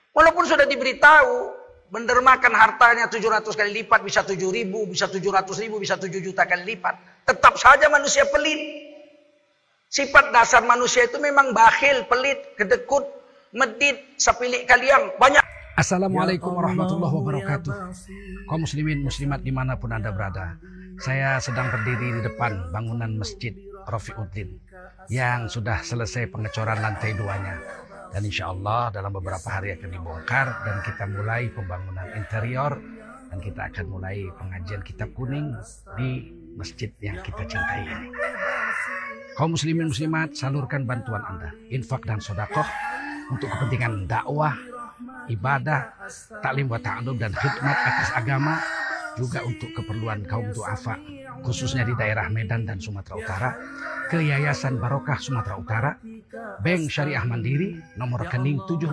Walaupun sudah diberitahu, mendermakan hartanya 700 kali lipat, bisa 7.000, bisa 700.000, bisa 7 juta kali lipat. Tetap saja manusia pelit. Sifat dasar manusia itu memang bakhil, pelit, kedekut, medit, sapilik kalian. Banyak. Assalamualaikum warahmatullahi wabarakatuh. Kaum muslimin muslimat dimanapun Anda berada, saya sedang berdiri di depan bangunan Masjid Rafiuddin yang sudah selesai pengecoran lantai 2-nya, dan insya Allah dalam beberapa hari akan dibongkar dan kita mulai pembangunan interior, dan kita akan mulai pengajian kitab kuning di masjid yang kita cintai ini. Kaum muslimin muslimat, salurkan bantuan Anda, infak dan sedekah untuk kepentingan dakwah, ibadah, taklim wa ta'allum dan khidmat atas agama, juga untuk keperluan kaum duafa khususnya di daerah Medan dan Sumatera Utara, ke Yayasan Barokah Sumatera Utara, Bank Syariah Mandiri, nomor rekening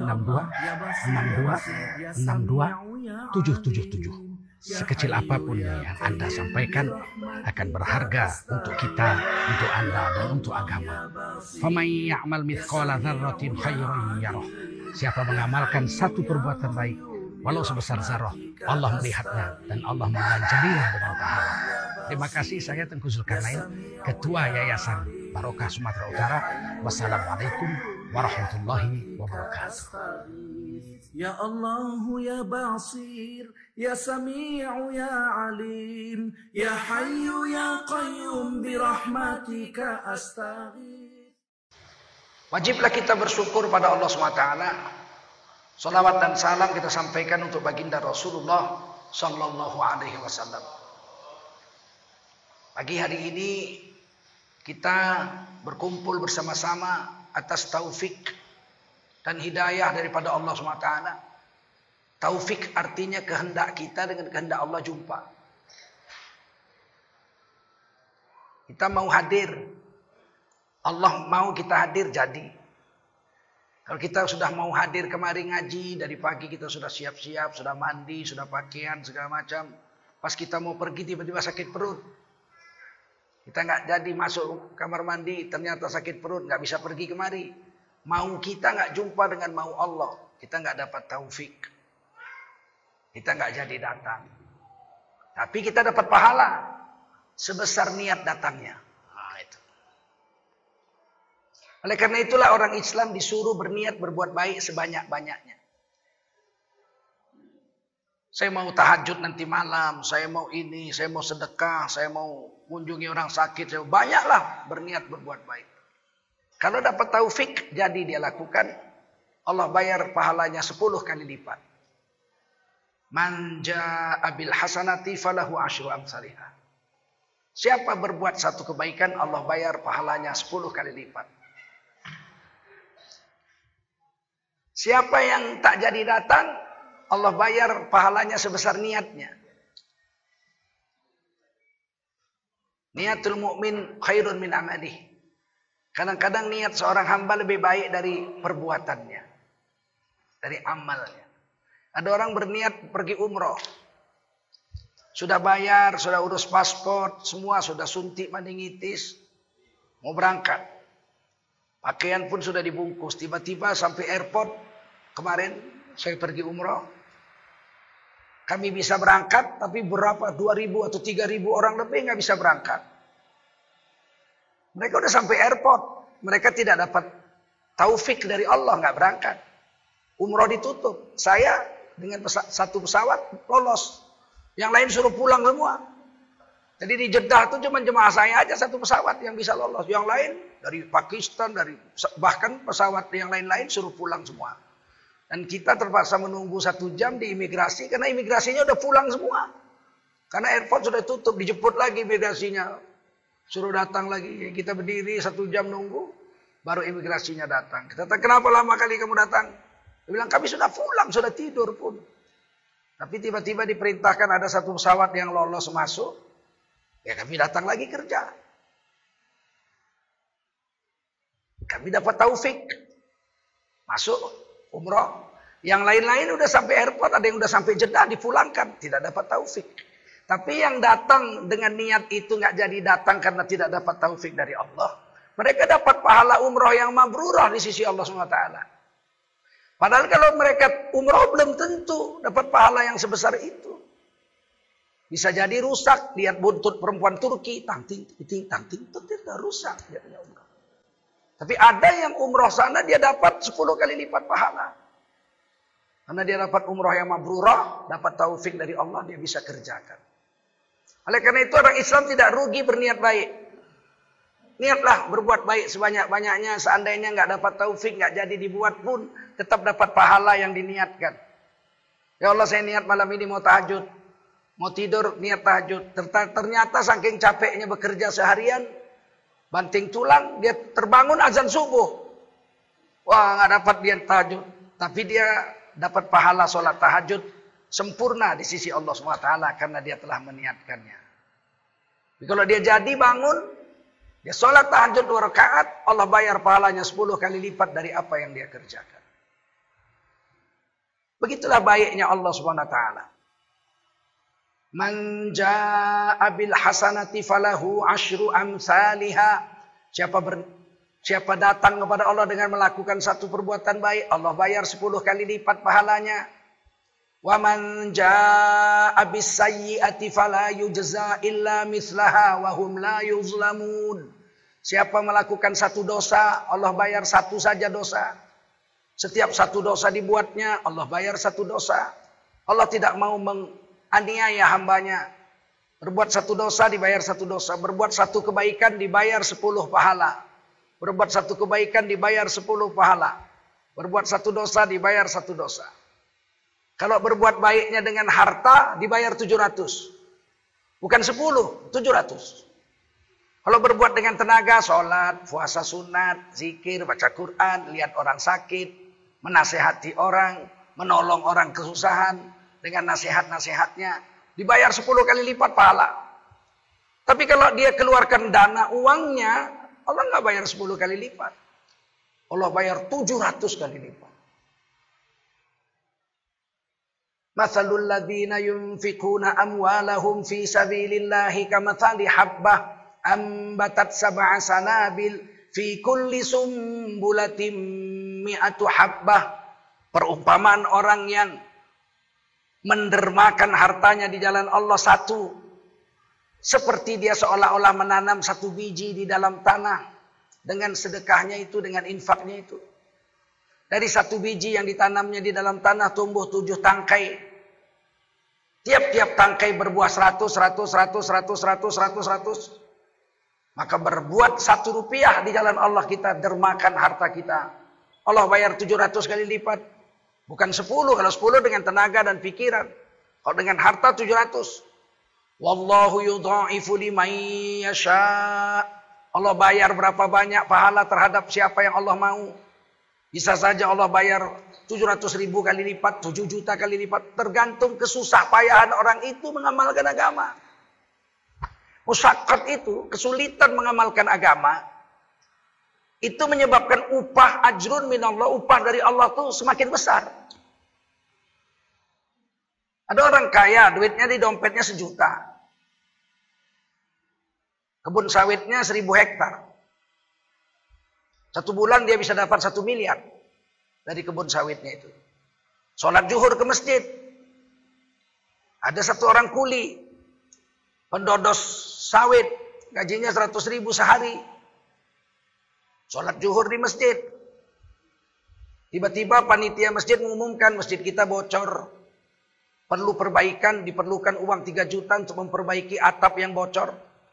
7626262 Sekecil apapun yang Anda sampaikan akan berharga untuk kita, untuk Anda, dan untuk agama. Faman ya'mal mithqala dzarratin khairan yarah. Siapa mengamalkan satu perbuatan baik, walau sebesar zarah, Allah melihatnya dan Allah mengajarinya dengan pahala. Terima kasih, saya Tengku Zulkarnain, Ketua Yayasan Barokah Sumatera Utara. Wassalamualaikum warahmatullahi wabarakatuh. Ya Allah ya Basir, ya Sami'u ya Alim, ya Hayyu ya Qayyum birahmatika astaghith. Wajiblah kita bersyukur pada Allah SWT. Salawat dan salam kita sampaikan untuk baginda Rasulullah Sallallahu Alaihi Wasallam. Pagi hari ini kita berkumpul bersama-sama atas taufik dan hidayah daripada Allah SWT. Taufik artinya kehendak kita dengan kehendak Allah jumpa. Kita mau hadir, Allah mau kita hadir jadi. Kalau kita sudah mau hadir kemari ngaji, dari pagi kita sudah siap-siap, sudah mandi, sudah pakaian, segala macam. Pas kita mau pergi tiba-tiba sakit perut. Kita nggak jadi masuk kamar mandi, ternyata sakit perut, nggak bisa pergi kemari. Mau kita nggak jumpa dengan mau Allah, kita nggak dapat taufik. Kita nggak jadi datang. Tapi kita dapat pahala sebesar niat datangnya. Oleh karena itulah orang Islam disuruh berniat berbuat baik sebanyak-banyaknya. Saya mau tahajud nanti malam, saya mau ini, saya mau sedekah, saya mau kunjungi orang sakit, banyaklah berniat berbuat baik. Kalau dapat taufik, jadi dia lakukan, Allah bayar pahalanya 10 kali lipat. Man jaa'a bil hasanati falahu asyru amsalihha. Siapa berbuat satu kebaikan, Allah bayar pahalanya 10 kali lipat. Siapa yang tak jadi datang, Allah bayar pahalanya sebesar niatnya. Niatul mukmin khairun min amalih. Kadang-kadang niat seorang hamba lebih baik dari perbuatannya, dari amalnya. Ada orang berniat pergi umroh, sudah bayar, sudah urus paspor, semua sudah suntik meningitis, mau berangkat. Pakaian pun sudah dibungkus. Tiba-tiba sampai airport, kemarin saya pergi umroh, kami bisa berangkat, tapi berapa 2.000 atau 3.000 orang lebih nggak bisa berangkat. Mereka udah sampai airport, mereka tidak dapat taufik dari Allah, nggak berangkat. Umroh ditutup. Saya dengan satu pesawat lolos, yang lain suruh pulang semua. Jadi di Jeddah itu cuma jemaah saya aja satu pesawat yang bisa lolos, yang lain dari Pakistan, dari bahkan pesawat yang lain-lain suruh pulang semua. Dan kita terpaksa menunggu 1 jam di imigrasi karena imigrasinya udah pulang semua. Karena airport sudah tutup, dijemput lagi imigrasinya. Suruh datang lagi. Kita berdiri 1 jam nunggu, baru imigrasinya datang. Kita tanya, kenapa lama kali kamu datang? Dia bilang, kami sudah pulang, sudah tidur pun. Tapi tiba-tiba diperintahkan ada satu pesawat yang lolos masuk. Ya kami datang lagi kerja. Kami dapat taufik. Masuk umroh. Yang lain-lain udah sampai airport, ada yang udah sampai Jeddah dipulangkan, tidak dapat taufik. Tapi yang datang dengan niat itu nggak jadi datang karena tidak dapat taufik dari Allah. Mereka dapat pahala umroh yang mabrurah di sisi Allah SWT. Padahal kalau mereka umroh belum tentu dapat pahala yang sebesar itu. Bisa jadi rusak, lihat buntut perempuan Turki, tangting, tidak rusak. Jadinya umroh. Tapi ada yang umroh sana dia dapat 10 kali lipat pahala. Karena dia dapat umroh yang mabrurah, dapat taufik dari Allah, dia bisa kerjakan. Oleh karena itu orang Islam tidak rugi berniat baik. Niatlah berbuat baik sebanyak-banyaknya, seandainya nggak dapat taufik, nggak jadi dibuat pun, tetap dapat pahala yang diniatkan. Ya Allah, saya niat malam ini mau tahajud, mau tidur niat tahajud. Ternyata saking capeknya bekerja seharian, banting tulang, dia terbangun azan subuh. Wah, nggak dapat dia tahajud, tapi dia dapat pahala sholat tahajud sempurna di sisi Allah SWT karena dia telah meniatkannya. Jadi kalau dia jadi bangun, dia sholat tahajud 2 rakaat, Allah bayar pahalanya 10 kali lipat dari apa yang dia kerjakan. Begitulah baiknya Allah SWT. Man jaa'a bil hasanati falahu asyru amsalihha. Siapa datang kepada Allah dengan melakukan satu perbuatan baik, Allah bayar 10 kali lipat pahalanya. Wa man jaa'a bis sayyi'ati fala yujza illa mithlaha wa hum la yuzlamun. Siapa melakukan satu dosa, Allah bayar satu saja dosa. Setiap satu dosa dibuatnya, Allah bayar satu dosa. Allah tidak mau menganiaya hambanya. Berbuat satu dosa dibayar satu dosa. Berbuat satu kebaikan dibayar 10 pahala. Berbuat satu kebaikan dibayar 10 pahala. Berbuat satu dosa dibayar satu dosa. Kalau berbuat baiknya dengan harta dibayar 700. Bukan 10, 700. Kalau berbuat dengan tenaga, sholat, puasa sunat, zikir, baca Quran, lihat orang sakit, menasehati orang, menolong orang kesusahan dengan nasihat-nasihatnya, dibayar 10 kali lipat pahala. Tapi kalau dia keluarkan dana uangnya, Allah nggak bayar 10 kali lipat. Allah bayar 700 kali lipat. Mathalul ladzina yunfikuna amwalahum fi sabilillahi kamathali habbah ambatat sab'a sanabil fi kulli sumbulatin mi'atu habbah. Perumpamaan orang yang mendermakan hartanya di jalan Allah satu. Seperti dia seolah-olah menanam satu biji di dalam tanah. Dengan sedekahnya itu, dengan infaknya itu. Dari satu biji yang ditanamnya di dalam tanah tumbuh 7 tangkai. Tiap-tiap tangkai berbuah 100. Maka berbuat 1 rupiah di jalan Allah kita dermakan harta kita. Allah bayar 700 kali lipat. Bukan 10. Kalau 10 dengan tenaga dan pikiran. Kalau dengan harta 700. Wallahu yudha'ifu liman yasha. Allah bayar berapa banyak pahala terhadap siapa yang Allah mau. Bisa saja Allah bayar 700.000 kali lipat, 7 juta kali lipat. Tergantung kesusah payahan orang itu mengamalkan agama. Musyaqqat itu, kesulitan mengamalkan agama, itu menyebabkan upah ajrun minallah, upah dari Allah itu semakin besar. Ada orang kaya, duitnya di dompetnya 1 juta. Kebun sawitnya 1000 hektar. 1 bulan dia bisa dapat 1 miliar dari kebun sawitnya itu. Sholat zuhur ke masjid. Ada 1 orang kuli, pendodos sawit, gajinya 100.000 sehari. Sholat zuhur di masjid. Tiba-tiba panitia masjid mengumumkan masjid kita bocor. Perlu perbaikan, diperlukan uang 3 juta untuk memperbaiki atap yang bocor.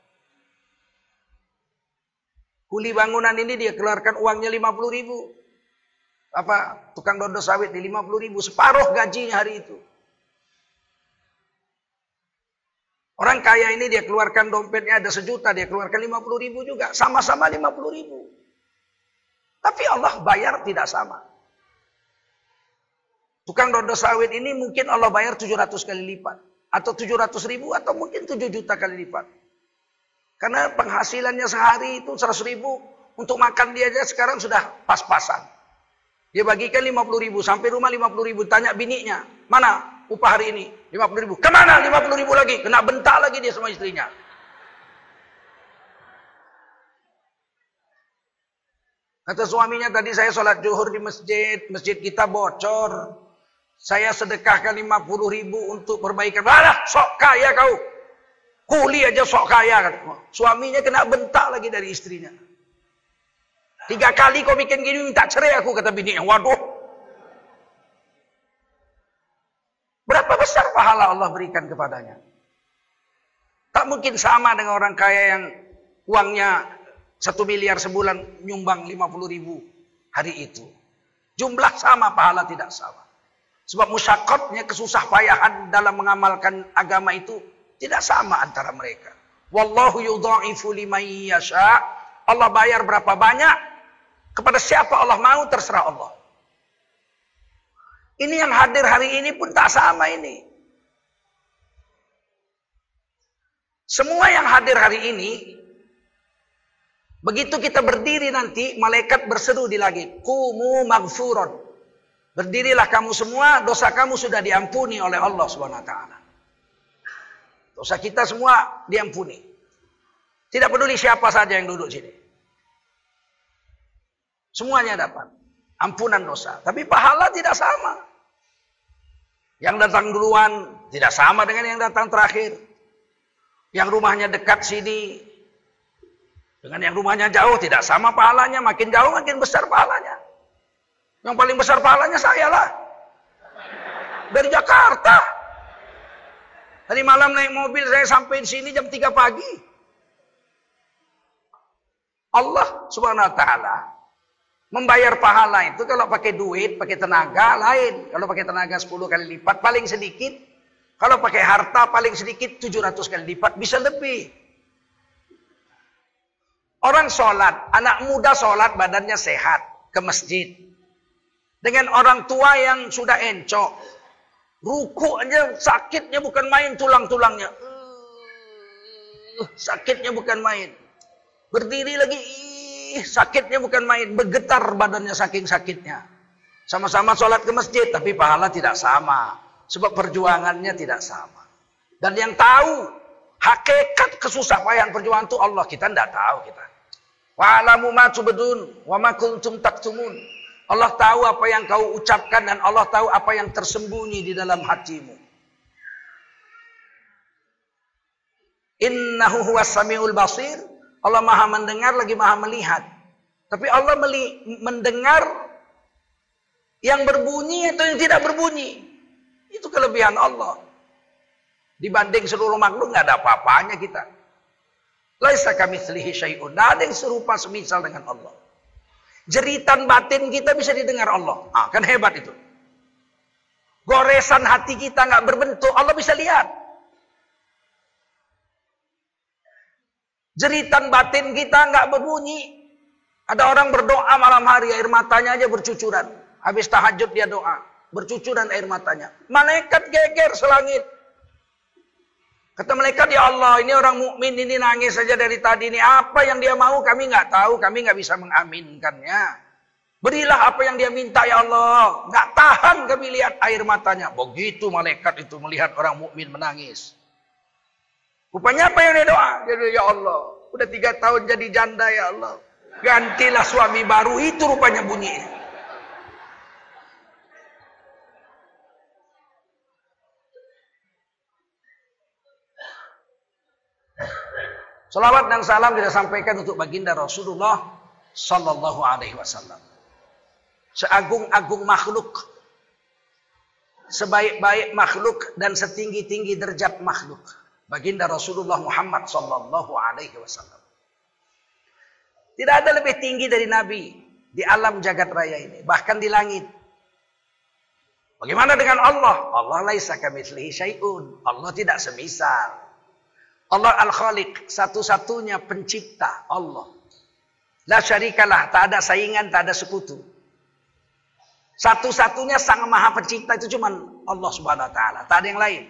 Kuli bangunan ini dia keluarkan uangnya 50.000. Tukang dodos sawit di 50.000, separuh gajinya hari itu. Orang kaya ini dia keluarkan dompetnya ada 1 juta, dia keluarkan 50.000 juga, sama-sama 50.000. Tapi Allah bayar tidak sama. Tukang dodos sawit ini mungkin Allah bayar 700 kali lipat. Atau 700.000 atau mungkin 7 juta kali lipat. Karena penghasilannya sehari itu 100.000. Untuk makan dia aja sekarang sudah pas-pasan. Dia bagikan 50.000. Sampai rumah 50.000. Tanya bininya. Mana upah hari ini? 50.000. Kemana 50.000 lagi? Kena bentak lagi dia sama istrinya. Kata suaminya, tadi saya sholat zuhur di masjid kita bocor. Saya sedekahkan 50.000 untuk perbaikan. Alah, sok kaya kau. Kuli aja sok kaya. Suaminya kena bentak lagi dari istrinya. 3 kali kau bikin gini minta cerai aku, kata bininya. Waduh. Berapa besar pahala Allah berikan kepadanya? Tak mungkin sama dengan orang kaya yang uangnya 1 miliar sebulan nyumbang 50.000 hari itu. Jumlah sama, pahala tidak sama. Sebab musyaqqatnya, kesusah payahan dalam mengamalkan agama itu tidak sama antara mereka. Wallahu yudha'ifu liman yasha. Allah bayar berapa banyak, kepada siapa Allah mau terserah Allah. Ini yang hadir hari ini pun tak sama ini. Semua yang hadir hari ini, begitu kita berdiri nanti, malaikat berseru di langit, "Qumu maghfuron." Berdirilah kamu semua, dosa kamu sudah diampuni oleh Allah Subhanahu wa taala. Dosa kita semua diampuni. Tidak peduli siapa saja yang duduk sini. Semuanya dapat ampunan dosa, tapi pahala tidak sama. Yang datang duluan tidak sama dengan yang datang terakhir. Yang rumahnya dekat sini dengan yang rumahnya jauh tidak sama pahalanya. Makin jauh makin besar pahalanya. Yang paling besar pahalanya saya lah. Dari Jakarta. Tadi malam naik mobil saya sampai di sini jam 3 pagi. Allah Subhanahu wa taala membayar pahala itu kalau pakai duit, pakai tenaga lain. Kalau pakai tenaga 10 kali lipat paling sedikit. Kalau pakai harta paling sedikit 700 kali lipat, bisa lebih. Orang sholat, anak muda sholat badannya sehat, ke masjid. Dengan orang tua yang sudah encok. Ruku aja sakitnya bukan main, tulang-tulangnya. Sakitnya bukan main. Berdiri lagi, sakitnya bukan main. Bergetar badannya saking sakitnya. Sama-sama sholat ke masjid, tapi pahala tidak sama. Sebab perjuangannya tidak sama. Dan yang tahu hakikat kesusah payahan perjuangan itu Allah, kita tidak tahu kita. Wa'alamu ma tubdun wa ma kuntum taktumun. Allah tahu apa yang kau ucapkan dan Allah tahu apa yang tersembunyi di dalam hatimu. Innahu huwas samiul basir. Allah Maha mendengar lagi Maha melihat. Tapi Allah mendengar yang berbunyi atau yang tidak berbunyi. Itu kelebihan Allah. Dibanding seluruh makhluk nggak ada apa-apanya kita. Laisa kamitslihi syai'un. Tidak ada yang serupa semisal dengan Allah. Jeritan batin kita bisa didengar Allah. Kan hebat itu. Goresan hati kita nggak berbentuk, Allah bisa lihat. Jeritan batin kita nggak berbunyi. Ada orang berdoa malam hari, air matanya aja bercucuran. Habis tahajud dia doa, bercucuran air matanya. Malaikat geger selangit. Kata malaikat, ya Allah, ini orang mukmin ini nangis saja dari tadi. Ini apa yang dia mau kami nggak tahu, kami nggak bisa mengaminkannya. Berilah apa yang dia minta ya Allah. Nggak tahan kami lihat air matanya. Begitu malaikat itu melihat orang mukmin menangis. Rupanya apa yang dia doa? Dia doa, ya Allah, udah 3 tahun jadi janda ya Allah. Gantilah suami baru, itu rupanya bunyinya. Salawat dan salam kita sampaikan untuk baginda Rasulullah Sallallahu Alaihi Wasallam. Seagung-agung makhluk, sebaik-baik makhluk dan setinggi-tinggi derajat makhluk, baginda Rasulullah Muhammad Sallallahu Alaihi Wasallam. Tidak ada lebih tinggi dari Nabi di alam jagat raya ini, bahkan di langit. Bagaimana dengan Allah? Allah laisa kamitslihi syai'un. Allah tidak semisal. Allah Al-Khaliq, satu-satunya pencipta, Allah. La syarikalah, tak ada saingan, tak ada sekutu. Satu-satunya sang maha pencipta itu cuma Allah Subhanahu wa taala, tak ada yang lain.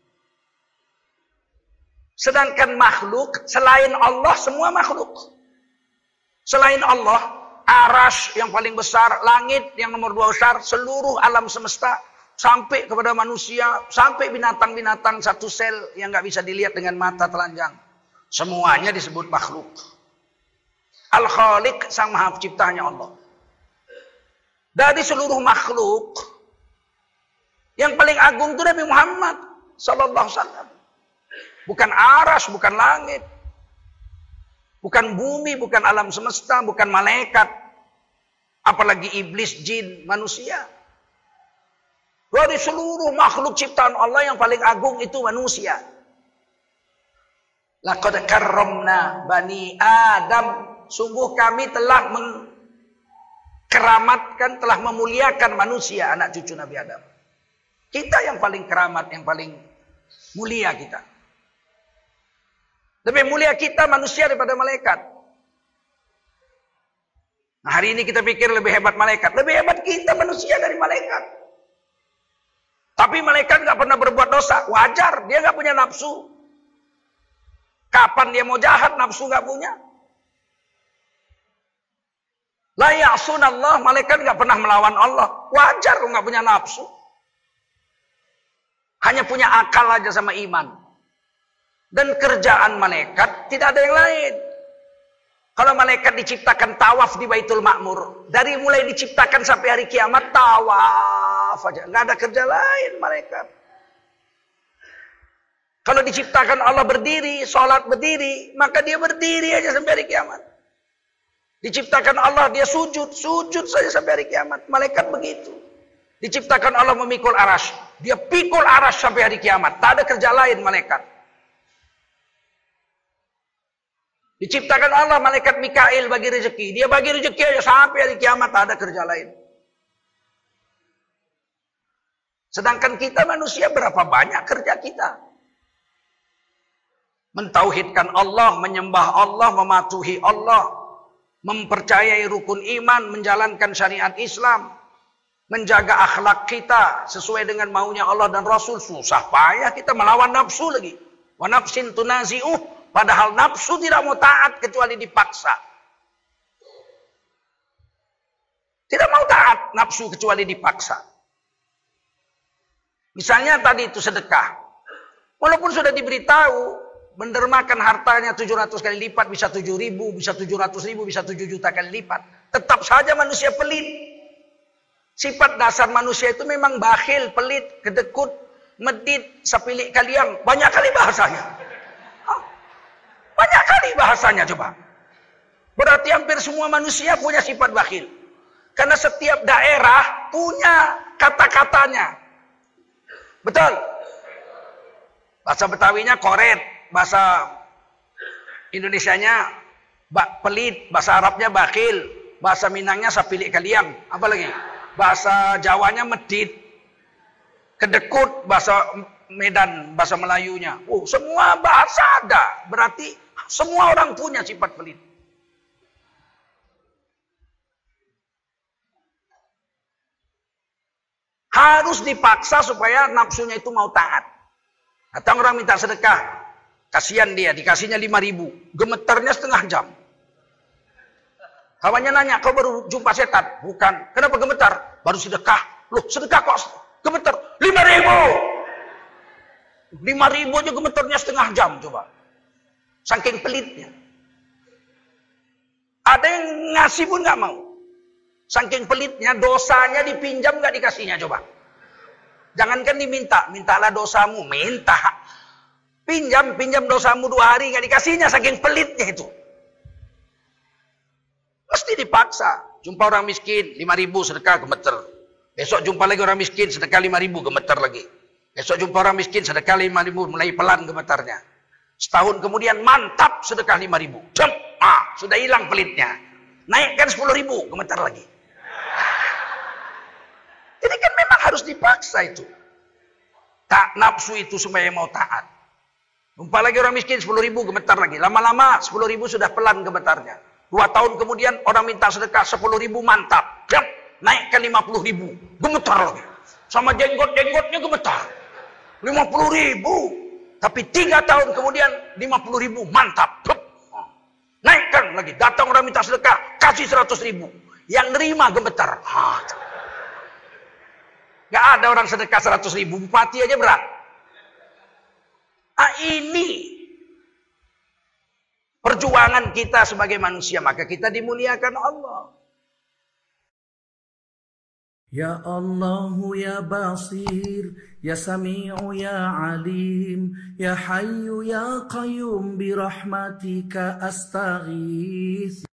Sedangkan makhluk selain Allah semua makhluk. Selain Allah, arsy yang paling besar, langit yang nomor 2 besar, seluruh alam semesta sampai kepada manusia, sampai binatang-binatang satu sel yang nggak bisa dilihat dengan mata telanjang. Semuanya disebut makhluk. Al-Khaliq, sang maha penciptanya Allah. Dari seluruh makhluk, yang paling agung itu Nabi Muhammad sallallahu alaihi wasallam. Bukan aras, bukan langit, bukan bumi, bukan alam semesta, bukan malaikat, apalagi iblis, jin, manusia. Dari seluruh makhluk ciptaan Allah yang paling agung itu manusia. Laqad karramna bani Adam. Sungguh kami telah mengkeramatkan, telah memuliakan manusia, anak cucu Nabi Adam. Kita yang paling keramat, yang paling mulia kita. Lebih mulia kita manusia daripada malaikat. Nah, hari ini kita pikir lebih hebat malaikat. Lebih hebat kita manusia dari malaikat. Tapi malaikat nggak pernah berbuat dosa. Wajar, dia nggak punya nafsu. Kapan dia mau jahat, nafsu nggak punya. La ya'sunallah, malaikat nggak pernah melawan Allah. Wajar kalau nggak punya nafsu. Hanya punya akal aja sama iman. Dan kerjaan malaikat tidak ada yang lain. Kalau malaikat diciptakan tawaf di Baitul Ma'mur, dari mulai diciptakan sampai hari kiamat tawaf aja, nggak ada kerja lain malaikat. Kalau diciptakan Allah berdiri, sholat berdiri, maka dia berdiri aja sampai hari kiamat. Diciptakan Allah dia sujud, sujud saja sampai hari kiamat. Malaikat begitu. Diciptakan Allah memikul arasy, dia pikul arasy sampai hari kiamat. Tak ada kerja lain malaikat. Diciptakan Allah malaikat Mikail bagi rezeki, dia bagi rezeki aja sampai hari kiamat. Tak ada kerja lain. Sedangkan kita manusia berapa banyak kerja kita? Mentauhidkan Allah, menyembah Allah, mematuhi Allah, mempercayai rukun iman, menjalankan syariat Islam, menjaga akhlak kita sesuai dengan maunya Allah dan Rasul. Susah payah kita melawan nafsu lagi. Wa nafsin tunazi'uh, padahal nafsu tidak mau taat kecuali dipaksa. Tidak mau taat nafsu kecuali dipaksa. Misalnya tadi itu sedekah. Walaupun sudah diberitahu mendermakan hartanya 700 kali lipat, bisa 7.000, bisa 700.000, bisa 7 juta kali lipat. Tetap saja manusia pelit. Sifat dasar manusia itu memang bakhil, pelit, kedekut, medit, sapilik kaliang. Banyak kali bahasanya. Banyak kali bahasanya coba. Berarti hampir semua manusia punya sifat bakhil. Karena setiap daerah punya kata-katanya. Betul? Bahasa Betawinya koret. Bahasa Indonesianya pelit, bahasa Arabnya bakhil, bahasa Minangnya sapilik kaliang, apa lagi? Bahasa Jawanya medit, kedekut, bahasa Medan, bahasa Melayunya. Oh, semua bahasa ada. Berarti semua orang punya sifat pelit. Harus dipaksa supaya nafsunya itu mau taat. Datang orang minta sedekah. Kasihan dia, dikasihnya 5.000. Gemeternya setengah jam. Kawannya nanya, kau baru jumpa setan? Bukan. Kenapa gemetar? Baru sedekah. Loh, sedekah kok gemeter? 5.000. 5.000 aja gemeternya setengah jam coba. Saking pelitnya. Ada yang ngasih pun gak mau. Saking pelitnya, dosanya dipinjam gak dikasihnya coba. Jangankan diminta, mintalah dosamu, minta. Pinjam dosamu 2 hari gak dikasihnya, saking pelitnya itu. Mesti dipaksa. Jumpa orang miskin, 5.000 sedekah gemeter. Besok jumpa lagi orang miskin, sedekah 5.000 gemeter lagi. Besok jumpa orang miskin, sedekah 5.000, mulai pelan gemetarnya. Setahun kemudian mantap sedekah 5.000. Jom, sudah hilang pelitnya. Naikkan 10.000, gemetar lagi. Jadi kan memang harus dipaksa itu. Tak nafsu itu supaya mau taat. Jumpa lagi orang miskin 10.000 gemetar lagi. Lama-lama 10.000 sudah pelan gemetarnya. 2 tahun kemudian orang minta sedekah 10.000 mantap. Jam, naikkan 50.000. Gemetar lagi. Sama jenggot-jenggotnya gemetar. 50.000. Tapi 3 tahun kemudian 50.000 mantap. Naikkan lagi. Datang orang minta sedekah, kasih 100.000. Yang nerima gemetar. Gak ada orang sedekah 100.000. Bupati aja berat. Ini perjuangan kita sebagai manusia, maka kita dimuliakan Allah. Ya Allah ya Basir, ya Sami'u ya Alim, ya Hayyu ya Qayyum bi rahmatika astaghith.